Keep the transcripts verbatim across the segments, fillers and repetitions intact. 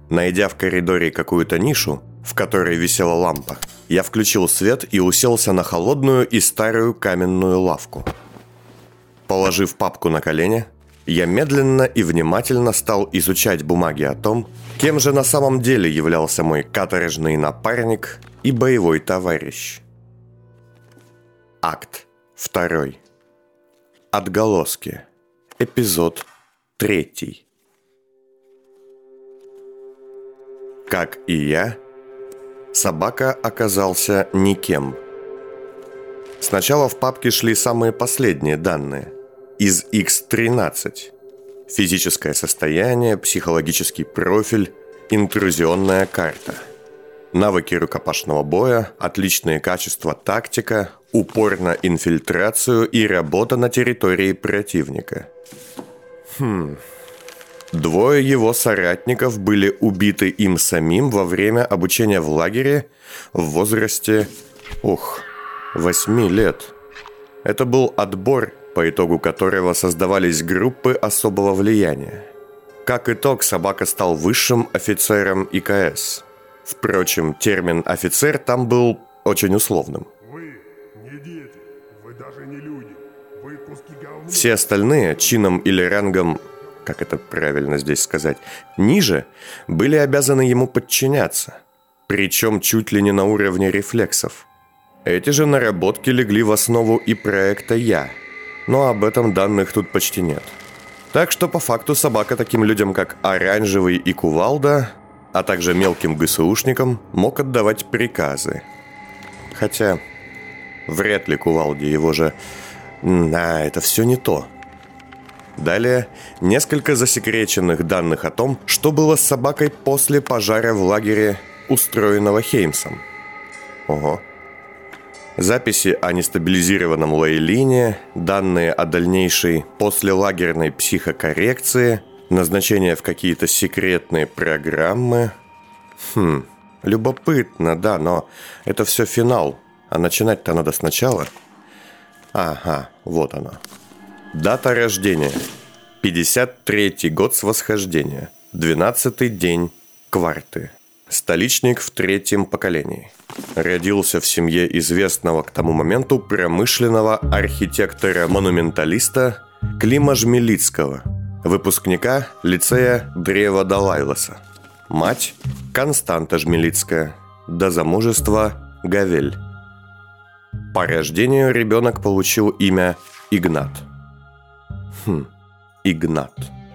Найдя в коридоре какую-то нишу, в которой висела лампа, я включил свет и уселся на холодную и старую каменную лавку. Положив папку на колени, я медленно и внимательно стал изучать бумаги о том, кем же на самом деле являлся мой каторжный напарник и боевой товарищ. Акт второй. Отголоски. Эпизод третий. Как и я, собака оказался никем. Сначала в папке шли самые последние данные. Из икс тринадцать. Физическое состояние, психологический профиль, интрузионная карта. Навыки рукопашного боя, отличные качества тактика, упор на инфильтрацию и работа на территории противника. Хм... Двое его соратников были убиты им самим во время обучения в лагере в возрасте, ух, восьми лет. Это был отбор, по итогу которого создавались группы особого влияния. Как итог, собака стал высшим офицером и ка эс. Впрочем, термин «офицер» там был очень условным. Вы не дети, вы даже не люди, вы куски говна. Все остальные, чином или рангом, как это правильно здесь сказать, ниже, были обязаны ему подчиняться, причем чуть ли не на уровне рефлексов. Эти же наработки легли в основу и проекта «Я», но об этом данных тут почти нет. Так что по факту собака таким людям, как Оранжевый и Кувалда, а также мелким ГСУшникам, мог отдавать приказы. Хотя, вряд ли Кувалде, его же... А, это все не то. Далее, несколько засекреченных данных о том, что было с собакой после пожара в лагере, устроенного Хеймсом. Ого. Записи о нестабилизированном Лейлине, данные о дальнейшей послелагерной психокоррекции, назначение в какие-то секретные программы. Хм, любопытно, да, но это все финал, а начинать-то надо сначала. Ага, вот оно. Дата рождения. пятьдесят третий год с восхождения. двенадцатый день кварты. Столичник в третьем поколении. Родился в семье известного к тому моменту промышленного архитектора-монументалиста Клима Жмелицкого, выпускника лицея Древа Далайласа. Мать – Константа Жмелицкая. До замужества – Гавель. По рождению ребенок получил имя Игнат. Хм, Игнат.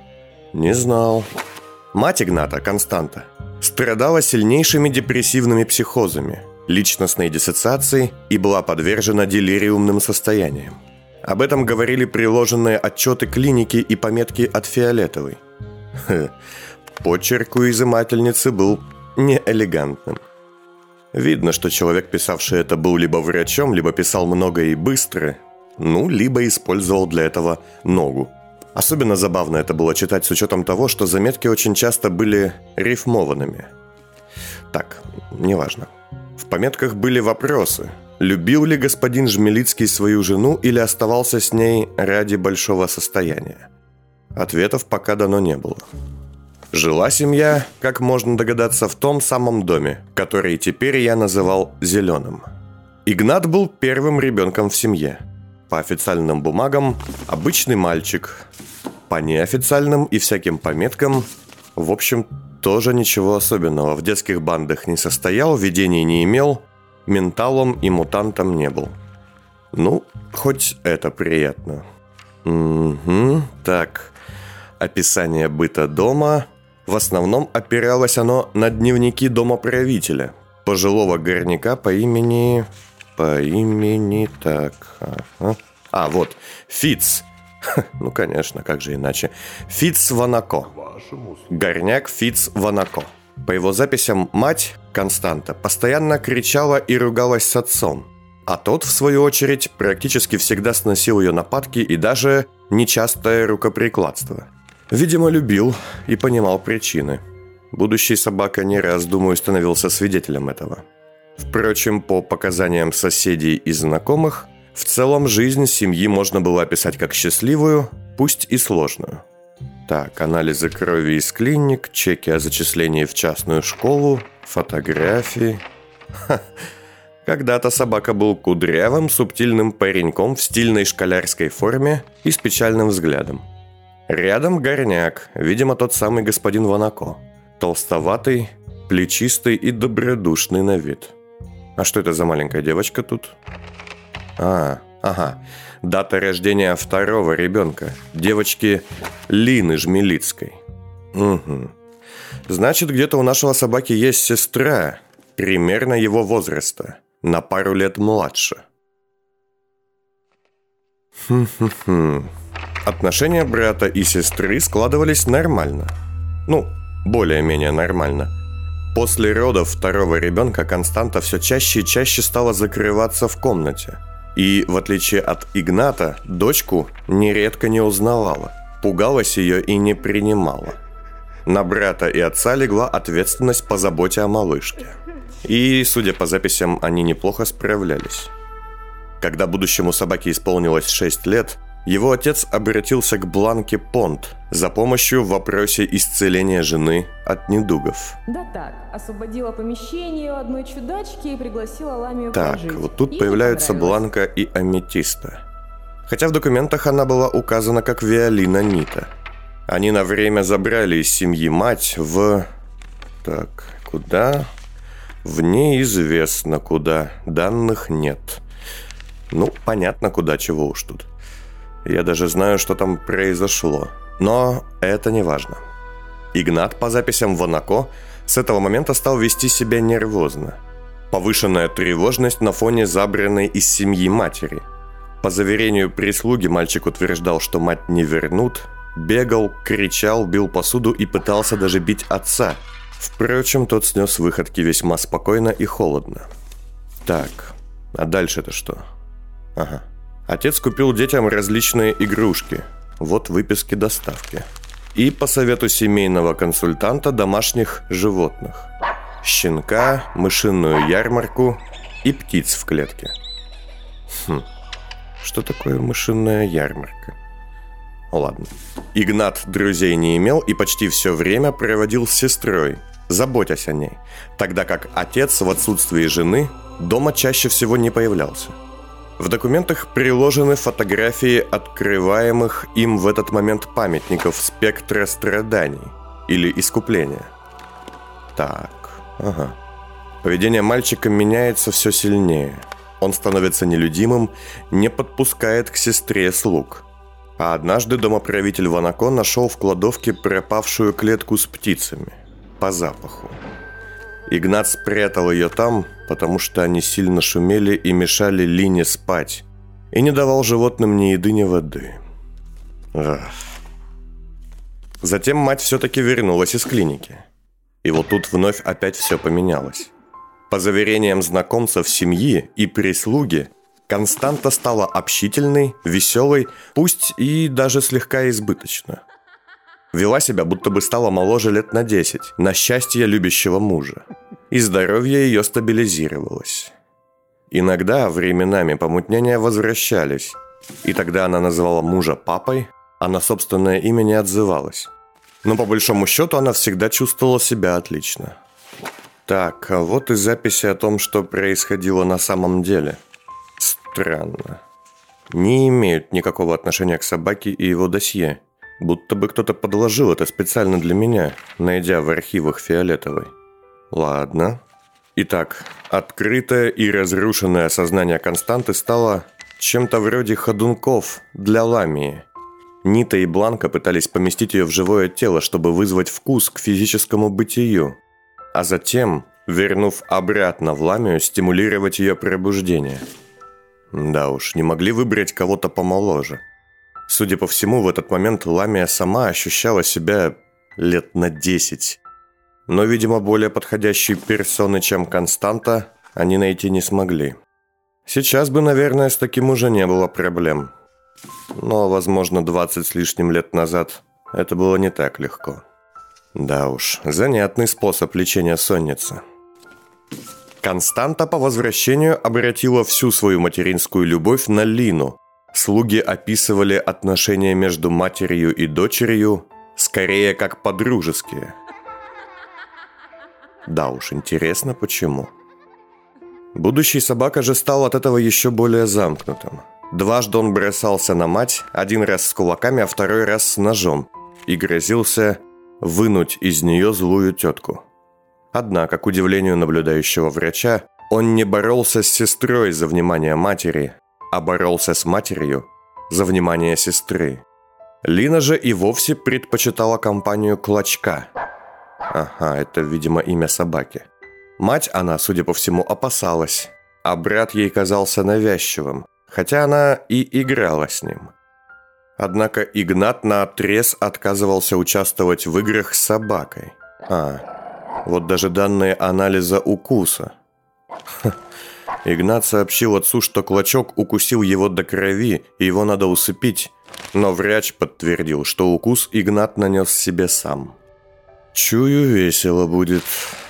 Не знал. Мать Игната, Константа, страдала сильнейшими депрессивными психозами, личностной диссоциацией и была подвержена делириумным состояниям. Об этом говорили приложенные отчеты клиники и пометки от Фиолетовой. Хе, почерк у изымательницы был неэлегантным. Видно, что человек, писавший это, был либо врачом, либо писал много и быстро, ну, либо использовал для этого ногу. Особенно забавно это было читать с учетом того, что заметки очень часто были рифмованными. Так, неважно. В пометках были вопросы. Любил ли господин Жмелицкий свою жену или оставался с ней ради большого состояния? Ответов пока дано не было. Жила семья, как можно догадаться, в том самом доме, который теперь я называл «зеленым». Игнат был первым ребенком в семье. По официальным бумагам обычный мальчик. По неофициальным и всяким пометкам, в общем, тоже ничего особенного. В детских бандах не состоял, видений не имел, менталом и мутантом не был. Ну, хоть это приятно. Угу, так, описание быта дома. В основном опиралось оно на дневники домоправителя, пожилого горняка по имени... По имени... Так... Ага. А, вот, Фиц. Ну, конечно, как же иначе. Фиц Ванако. Горняк Фиц Ванако. По его записям, мать, Константа, постоянно кричала и ругалась с отцом. А тот, в свою очередь, практически всегда сносил ее нападки и даже нечастое рукоприкладство. Видимо, любил и понимал причины. Будущий собака не раз, думаю, становился свидетелем этого. Впрочем, по показаниям соседей и знакомых, в целом жизнь семьи можно было описать как счастливую, пусть и сложную. Так, анализы крови из клиник, чеки о зачислении в частную школу, фотографии. Ха. Когда-то собака был кудрявым, субтильным пареньком в стильной школярской форме и с печальным взглядом. Рядом горняк, видимо, тот самый господин Ванако. Толстоватый, плечистый и добродушный на вид. А что это за маленькая девочка тут? А, ага, дата рождения второго ребенка, девочки Лины Жмелицкой. Угу. Значит, где-то у нашего собаки есть сестра, примерно его возраста, на пару лет младше. Хм-хм-хм. Отношения брата и сестры складывались нормально. Ну, более-менее нормально. После родов второго ребенка Константа все чаще и чаще стала закрываться в комнате. И, в отличие от Игната, дочку нередко не узнавала, пугалась ее и не принимала. На брата и отца легла ответственность по заботе о малышке. И, судя по записям, они неплохо справлялись. Когда будущему собаке исполнилось шесть лет, его отец обратился к Бланке Понт за помощью в вопросе исцеления жены от недугов. Да так, освободила помещение у одной чудачки и пригласила Ламию так, пожить. Так, вот тут Ей появляются Бланка и Аметиста. Хотя в документах она была указана как Виолина Нита. Они на время забрали из семьи мать в... Так, куда? В неизвестно куда. Данных нет. Ну, понятно, куда, чего уж тут. Я даже знаю, что там произошло. Но это не важно. Игнат, по записям Ванако, с этого момента стал вести себя нервозно. Повышенная тревожность на фоне забранной из семьи матери. По заверению прислуги, мальчик утверждал, что мать не вернут, бегал, кричал, бил посуду и пытался даже бить отца. Впрочем, тот снес выходки весьма спокойно и холодно. Так, а дальше-то что? Ага. Отец купил детям различные игрушки. Вот выписки доставки. И по совету семейного консультанта домашних животных. Щенка, мышиную ярмарку и птиц в клетке. Хм, что такое мышиная ярмарка? Ладно. Игнат друзей не имел и почти все время проводил с сестрой, заботясь о ней, тогда как отец в отсутствии жены дома чаще всего не появлялся. В документах приложены фотографии открываемых им в этот момент памятников спектра страданий или искупления. Так, ага. Поведение мальчика меняется все сильнее. Он становится нелюдимым, не подпускает к сестре слуг. А однажды домоправитель Ванако нашел в кладовке пропавшую клетку с птицами по запаху. Игнат спрятал ее там, потому что они сильно шумели и мешали Лине спать, и не давал животным ни еды, ни воды. Ах. Затем мать все-таки вернулась из клиники. И вот тут вновь опять все поменялось. По заверениям знакомцев семьи и прислуги, Константа стала общительной, веселой, пусть и даже слегка избыточно. Вела себя, будто бы стала моложе лет на десять, на счастье любящего мужа. И здоровье ее стабилизировалось. Иногда временами помутнения возвращались, и тогда она называла мужа папой, а на собственное имя не отзывалась. Но по большому счету она всегда чувствовала себя отлично. Так, а вот и записи о том, что происходило на самом деле. Странно. Не имеют никакого отношения к собаке и его досье. Будто бы кто-то подложил это специально для меня, найдя в архивах Фиолетовой. Ладно. Итак, открытое и разрушенное сознание Константы стало чем-то вроде ходунков для Ламии. Нита и Бланка пытались поместить ее в живое тело, чтобы вызвать вкус к физическому бытию, а затем, вернув обратно в Ламию, стимулировать ее пробуждение. Да уж, не могли выбрать кого-то помоложе. Судя по всему, в этот момент Ламия сама ощущала себя лет на десять. Но, видимо, более подходящей персоны, чем Константа, они найти не смогли. Сейчас бы, наверное, с таким уже не было проблем. Но, возможно, двадцать с лишним лет назад это было не так легко. Да уж, занятный способ лечения сонницы. Константа по возвращению обратила всю свою материнскую любовь на Лину. Слуги описывали отношения между матерью и дочерью Скорее, как по-дружески. Да уж, интересно, почему. Будущий собака же стал от этого еще более замкнутым. Дважды он бросался на мать, один раз с кулаками, а второй раз с ножом, и грозился вынуть из нее злую тетку. Однако, к удивлению наблюдающего врача, он не боролся с сестрой за внимание матери, а боролся с матерью за внимание сестры. Лина же и вовсе предпочитала компанию Клочка. Ага, это, видимо, имя собаки. Мать она, судя по всему, опасалась, а брат ей казался навязчивым, хотя она и играла с ним. Однако Игнат наотрез отказывался участвовать в играх с собакой. А, вот даже данные анализа укуса. Ха. Игнат сообщил отцу, что Клочок укусил его до крови, и его надо усыпить, но врач подтвердил, что укус Игнат нанес себе сам. Чую, весело будет.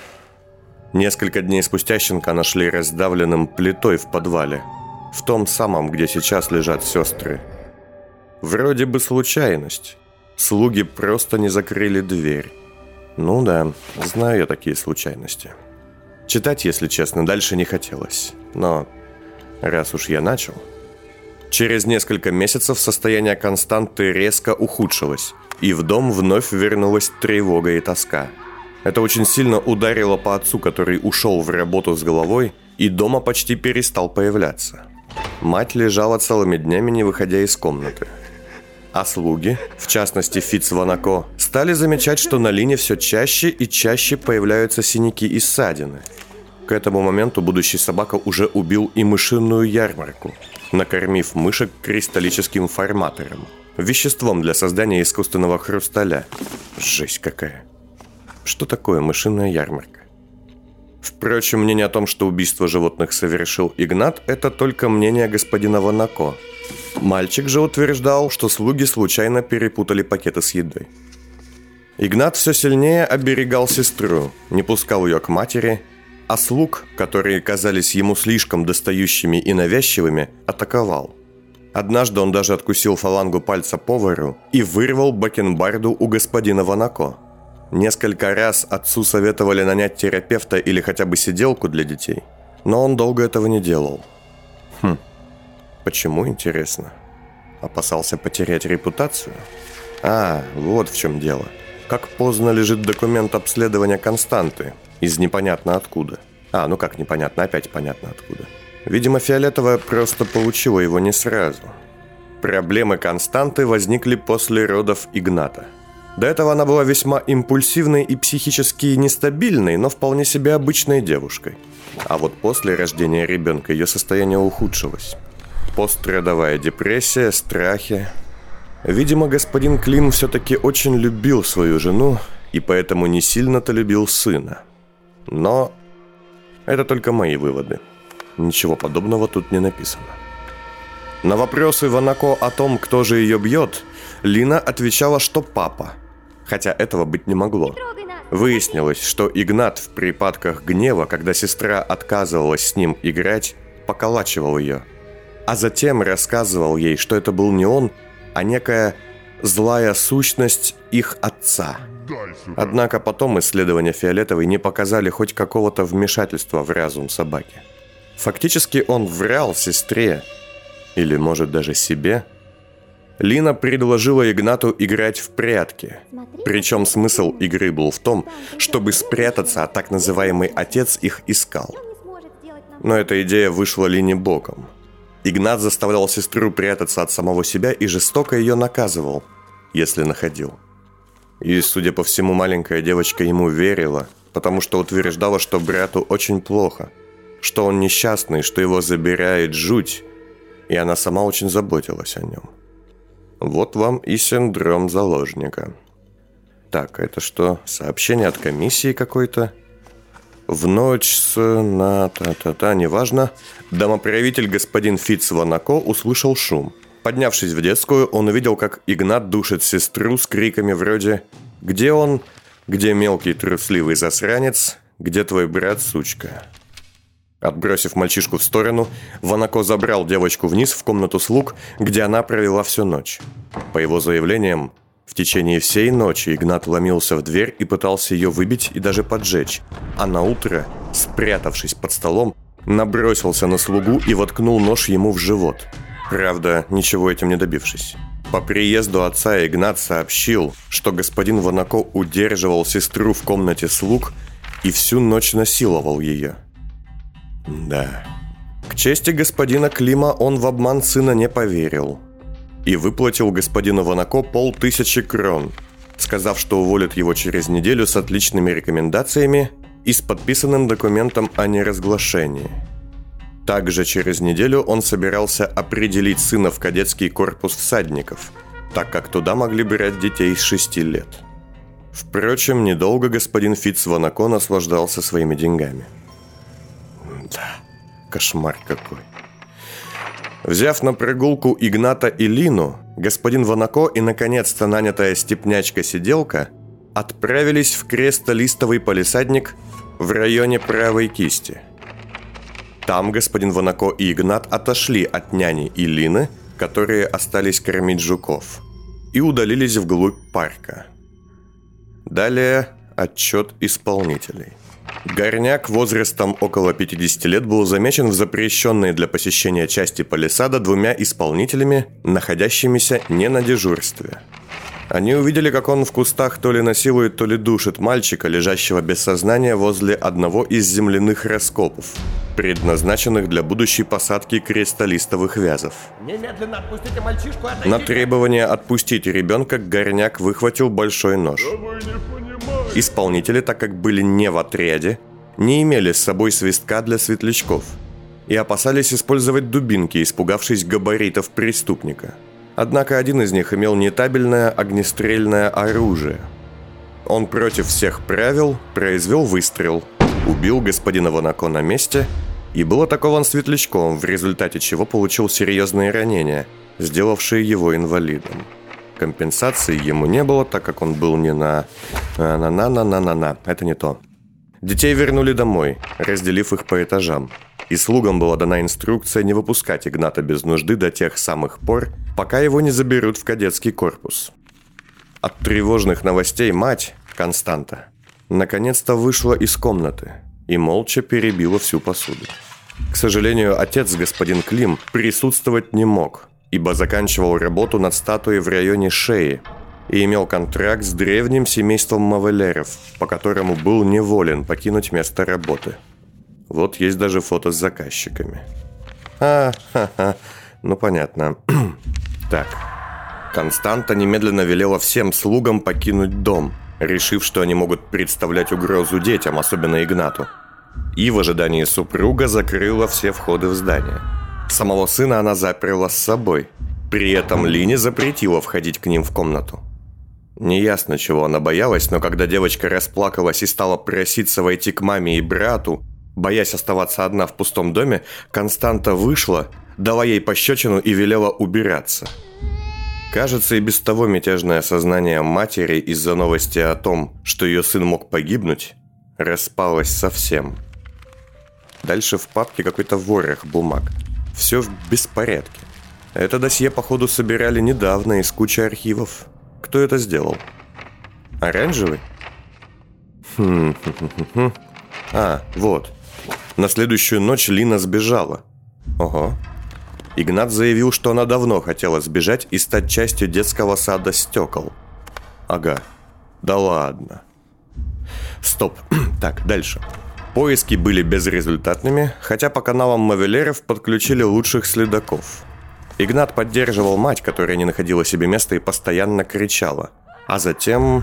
Несколько дней спустя щенка нашли раздавленным плитой в подвале, в том самом, где сейчас лежат сестры. Вроде бы случайность. Слуги просто не закрыли дверь. Ну да, знаю я такие случайности. Читать, если честно, дальше не хотелось. Но раз уж я начал... Через несколько месяцев состояние Константы резко ухудшилось, и в дом вновь вернулась тревога и тоска. Это очень сильно ударило по отцу, который ушел в работу с головой и дома почти перестал появляться. Мать лежала целыми днями, не выходя из комнаты. А слуги, в частности Фиц Ванако, стали замечать, что на Лине все чаще и чаще появляются синяки и ссадины. К этому моменту будущий собака уже убил и мышиную ярмарку, накормив мышек кристаллическим форматором, веществом для создания искусственного хрусталя. Жесть какая. Что такое мышиная ярмарка? Впрочем, мнение о том, что убийство животных совершил Игнат, это только мнение господина Ванако. Мальчик же утверждал, что слуги случайно перепутали пакеты с едой. Игнат все сильнее оберегал сестру, не пускал ее к матери, а слуг, которые казались ему слишком достающими и навязчивыми, атаковал. Однажды он даже откусил фалангу пальца повару и вырвал бакенбарду у господина Ванако. Несколько раз отцу советовали нанять терапевта или хотя бы сиделку для детей, но он долго этого не делал. Хм, почему, интересно? Опасался потерять репутацию? А, вот в чем дело. Как поздно лежит документ обследования Константы, из непонятно откуда. А, ну как непонятно, опять понятно откуда. Видимо, Фиолетовая просто получила его не сразу. Проблемы Константы возникли после родов Игната. До этого она была весьма импульсивной и психически нестабильной, но вполне себе обычной девушкой. А вот после рождения ребенка ее состояние ухудшилось. Постродовая депрессия, страхи. Видимо, господин Клим все-таки очень любил свою жену и поэтому не сильно-то любил сына. Но это только мои выводы. Ничего подобного тут не написано. На вопросы Ванако о том, кто же ее бьет, Лина отвечала, что папа. Хотя этого быть не могло. Выяснилось, что Игнат в припадках гнева, когда сестра отказывалась с ним играть, поколачивал ее. А затем рассказывал ей, что это был не он, а некая злая сущность их отца. Однако потом исследования Фиолетовой не показали хоть какого-то вмешательства в разум собаки. Фактически он врал сестре, или может даже себе. Лина предложила Игнату играть в прятки. Причем смысл игры был в том, чтобы спрятаться, а так называемый отец их искал. Но эта идея вышла Лине боком. Игнат заставлял сестру прятаться от самого себя и жестоко ее наказывал, если находил. И, судя по всему, маленькая девочка ему верила, потому что утверждала, что брату очень плохо, что он несчастный, что его забирает жуть, и она сама очень заботилась о нем. Вот вам и синдром заложника. Так, это что? Сообщение от комиссии какой-то? В ночь с... на... та-та-та, неважно. Домоправитель господин Фиц Ванако услышал шум. Поднявшись в детскую, он увидел, как Игнат душит сестру с криками вроде «Где он? Где мелкий трусливый засранец? Где твой брат, сучка?» Отбросив мальчишку в сторону, Ванако забрал девочку вниз в комнату слуг, где она провела всю ночь. По его заявлениям, В течение всей ночи Игнат ломился в дверь и пытался ее выбить и даже поджечь, а наутро, спрятавшись под столом, набросился на слугу и воткнул нож ему в живот. Правда, ничего этим не добившись. По приезду отца Игнат сообщил, что господин Вонако удерживал сестру в комнате слуг и всю ночь насиловал ее. Да. К чести господина Клима он в обман сына не поверил и выплатил господину Вонако полтысячи крон, сказав, что уволит его через неделю с отличными рекомендациями и с подписанным документом о неразглашении. Также через неделю он собирался определить сына в кадетский корпус всадников, так как туда могли брать детей с шести лет. Впрочем, недолго господин Фитц Вонако наслаждался своими деньгами. Да, кошмар какой. Взяв на прогулку Игната и Лину, господин Вонако и, наконец-то, нанятая степнячка-сиделка отправились в крестолистовый палисадник в районе правой кисти. Там господин Вонако и Игнат отошли от няни и Лины, которые остались кормить жуков, и удалились вглубь парка. Далее отчет исполнителей. Горняк возрастом около пятидесяти лет был замечен в запрещенной для посещения части палисада двумя исполнителями, находящимися не на дежурстве. Они увидели, как он в кустах то ли насилует, то ли душит мальчика, лежащего без сознания возле одного из земляных раскопов, предназначенных для будущей посадки крестолистовых вязов. Немедленно отпустите мальчишку, отойдите. На требование отпустить ребенка Горняк выхватил большой нож. Исполнители, так как были не в отряде, не имели с собой свистка для светлячков и опасались использовать дубинки, испугавшись габаритов преступника. Однако один из них имел нетабельное огнестрельное оружие. Он против всех правил произвел выстрел, убил господина Вонако на месте и был атакован светлячком, в результате чего получил серьезные ранения, сделавшие его инвалидом. Компенсации ему не было, так как он был не на... На-на-на-на-на-на. Это не то. Детей вернули домой, разделив их по этажам. И слугам была дана инструкция не выпускать Игната без нужды до тех самых пор, пока его не заберут в кадетский корпус. От тревожных новостей мать, Константа, наконец-то вышла из комнаты и молча перебила всю посуду. К сожалению, отец, господин Клим, присутствовать не мог, ибо заканчивал работу над статуей в районе шеи и имел контракт с древним семейством Мавелеров, по которому был неволен покинуть место работы. Вот есть даже фото с заказчиками. А, ха-ха, ну понятно. Так, Константа немедленно велела всем слугам покинуть дом, решив, что они могут представлять угрозу детям, особенно Игнату. И в ожидании супруга закрыла все входы в здание. Самого сына она заперла с собой. При этом Лине запретила входить к ним в комнату. Неясно, чего она боялась, но когда девочка расплакалась и стала проситься войти к маме и брату, боясь оставаться одна в пустом доме, Константа вышла, дала ей пощечину и велела убираться. Кажется, и без того мятежное сознание матери из-за новости о том, что ее сын мог погибнуть, распалось совсем. Дальше в папке какой-то ворох бумаг. Все в беспорядке. Это досье, походу, собирали недавно из кучи архивов. Кто это сделал? Оранжевый? Хм, хм, хм, хм. А, вот. На следующую ночь Лина сбежала. Ого. Игнат заявил, что она давно хотела сбежать и стать частью детского сада стекол. Ага. Да ладно. Стоп. Так, дальше. Поиски были безрезультатными, хотя по каналам Мавелеров подключили лучших следаков. Игнат поддерживал мать, которая не находила себе места и постоянно кричала. А затем...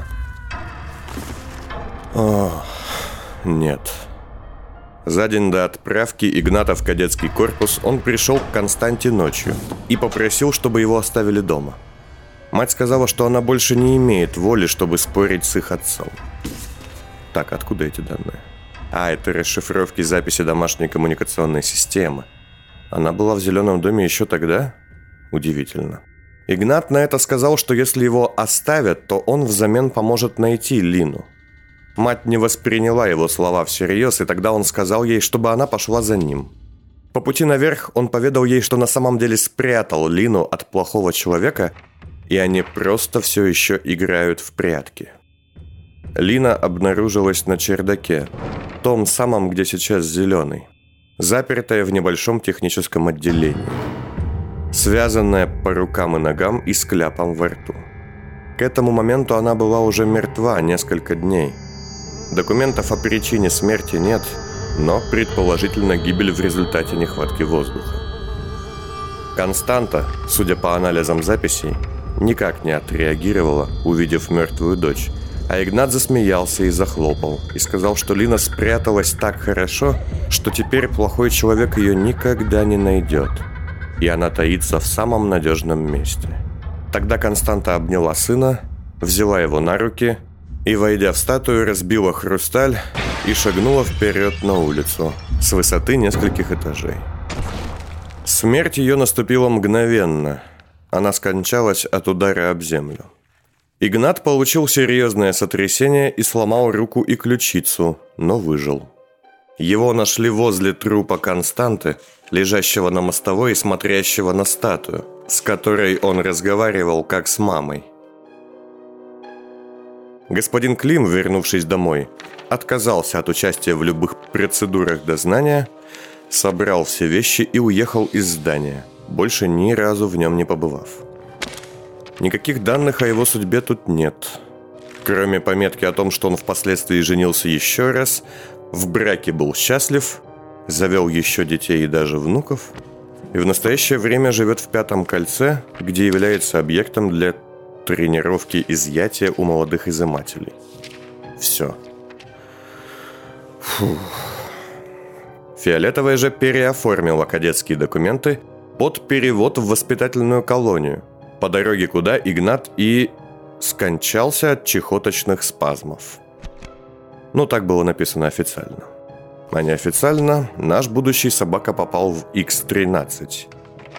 О, нет. За день до отправки Игната в кадетский корпус он пришел к Константе ночью и попросил, чтобы его оставили дома. Мать сказала, что она больше не имеет воли, чтобы спорить с их отцом. Так, откуда эти данные? А, это расшифровки записи домашней коммуникационной системы. Она была в Зеленом доме еще тогда? Удивительно. Игнат на это сказал, что если его оставят, то он взамен поможет найти Лину. Мать не восприняла его слова всерьез, и тогда он сказал ей, чтобы она пошла за ним. По пути наверх он поведал ей, что на самом деле спрятал Лину от плохого человека и они просто все еще играют в прятки. Лина обнаружилась на чердаке, том самом, где сейчас Зеленый, запертая в небольшом техническом отделении, связанная по рукам и ногам и с кляпом во рту. К этому моменту она была уже мертва несколько дней. Документов о причине смерти нет, но предположительно гибель в результате нехватки воздуха. Константа, судя по анализам записей, никак не отреагировала, увидев мертвую дочь, а Игнат засмеялся и захлопал, и сказал, что Лина спряталась так хорошо, что теперь плохой человек ее никогда не найдет, и она таится в самом надежном месте. Тогда Константа обняла сына, взяла его на руки и, войдя в статую, разбила хрусталь и шагнула вперед на улицу с высоты нескольких этажей. Смерть ее наступила мгновенно. Она скончалась от удара об землю. Игнат получил серьезное сотрясение и сломал руку и ключицу, но выжил. Его нашли возле трупа Константы, лежащего на мостовой и смотрящего на статую, с которой он разговаривал как с мамой. Господин Клим, вернувшись домой, отказался от участия в любых процедурах дознания, собрал все вещи и уехал из здания, больше ни разу в нем не побывав. Никаких данных о его судьбе тут нет. Кроме пометки о том, что он впоследствии женился еще раз, в браке был счастлив, завел еще детей и даже внуков, и в настоящее время живет в Пятом кольце, где является объектом для тренировки изъятия у молодых изымателей. Все. Фух. Фиолетовая же переоформила кадетские документы под перевод в воспитательную колонию, по дороге куда Игнат и скончался от чехоточных спазмов. Ну, так было написано официально. А неофициально наш будущий собака попал в икс тринадцать.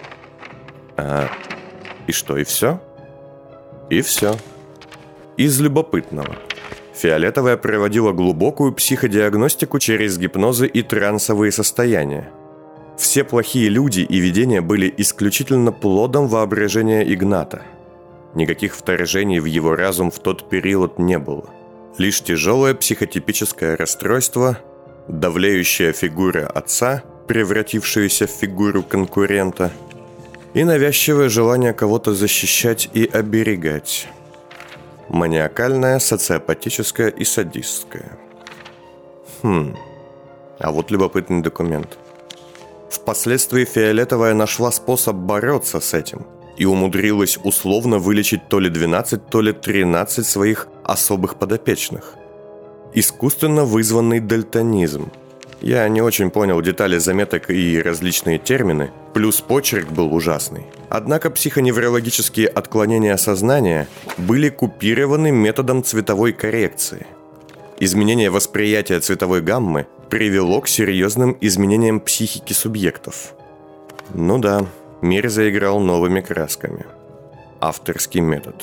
А, и что, и все? И все. Из любопытного. Фиолетовая проводила глубокую психодиагностику через гипнозы и трансовые состояния. Все плохие люди и видения были исключительно плодом воображения Игната. Никаких вторжений в его разум в тот период не было. Лишь тяжелое психотипическое расстройство, давлеющая фигура отца, превратившаяся в фигуру конкурента, и навязчивое желание кого-то защищать и оберегать. Маниакальное, социопатическое и садистское. Хм, а вот любопытный документ. Впоследствии Фиолетовая нашла способ бороться с этим и умудрилась условно вылечить то ли двенадцать, то ли тринадцать своих особых подопечных. Искусственно вызванный дальтонизм. Я не очень понял детали заметок и различные термины, плюс почерк был ужасный. Однако психоневрологические отклонения сознания были купированы методом цветовой коррекции. Изменение восприятия цветовой гаммы привело к серьезным изменениям психики субъектов. Ну да, мир заиграл новыми красками. Авторский метод.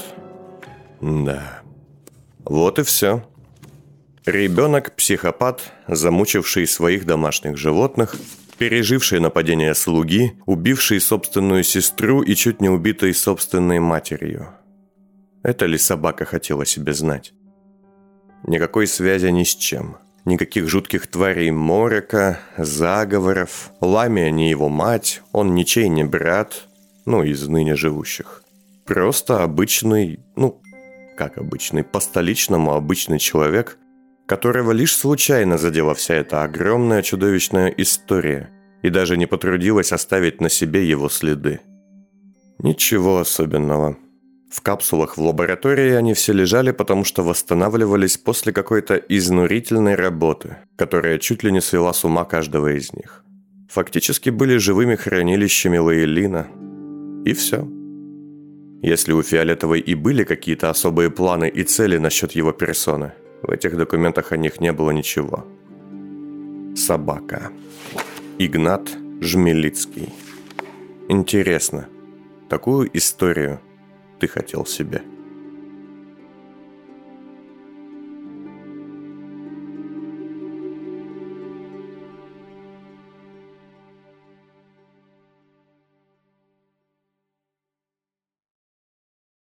Да. Вот и все. Ребенок-психопат, замучивший своих домашних животных, переживший нападение слуги, убивший собственную сестру и чуть не убитой собственной матерью. Это ли собака хотела себе знать? Никакой связи ни с чем. Никаких жутких тварей морока, заговоров. Ламия не его мать, он ничей не брат, ну, из ныне живущих. Просто обычный, ну, как обычный, по-столичному обычный человек, которого лишь случайно задела вся эта огромная чудовищная история и даже не потрудилась оставить на себе его следы. Ничего особенного. В капсулах в лаборатории они все лежали, потому что восстанавливались после какой-то изнурительной работы, которая чуть ли не свела с ума каждого из них. Фактически были живыми хранилищами Лейлина. И все. Если у Фиолетовой и были какие-то особые планы и цели насчет его персоны, в этих документах о них не было ничего. Собака. Игнат Жмелицкий. Интересно, такую историю ты хотел себе?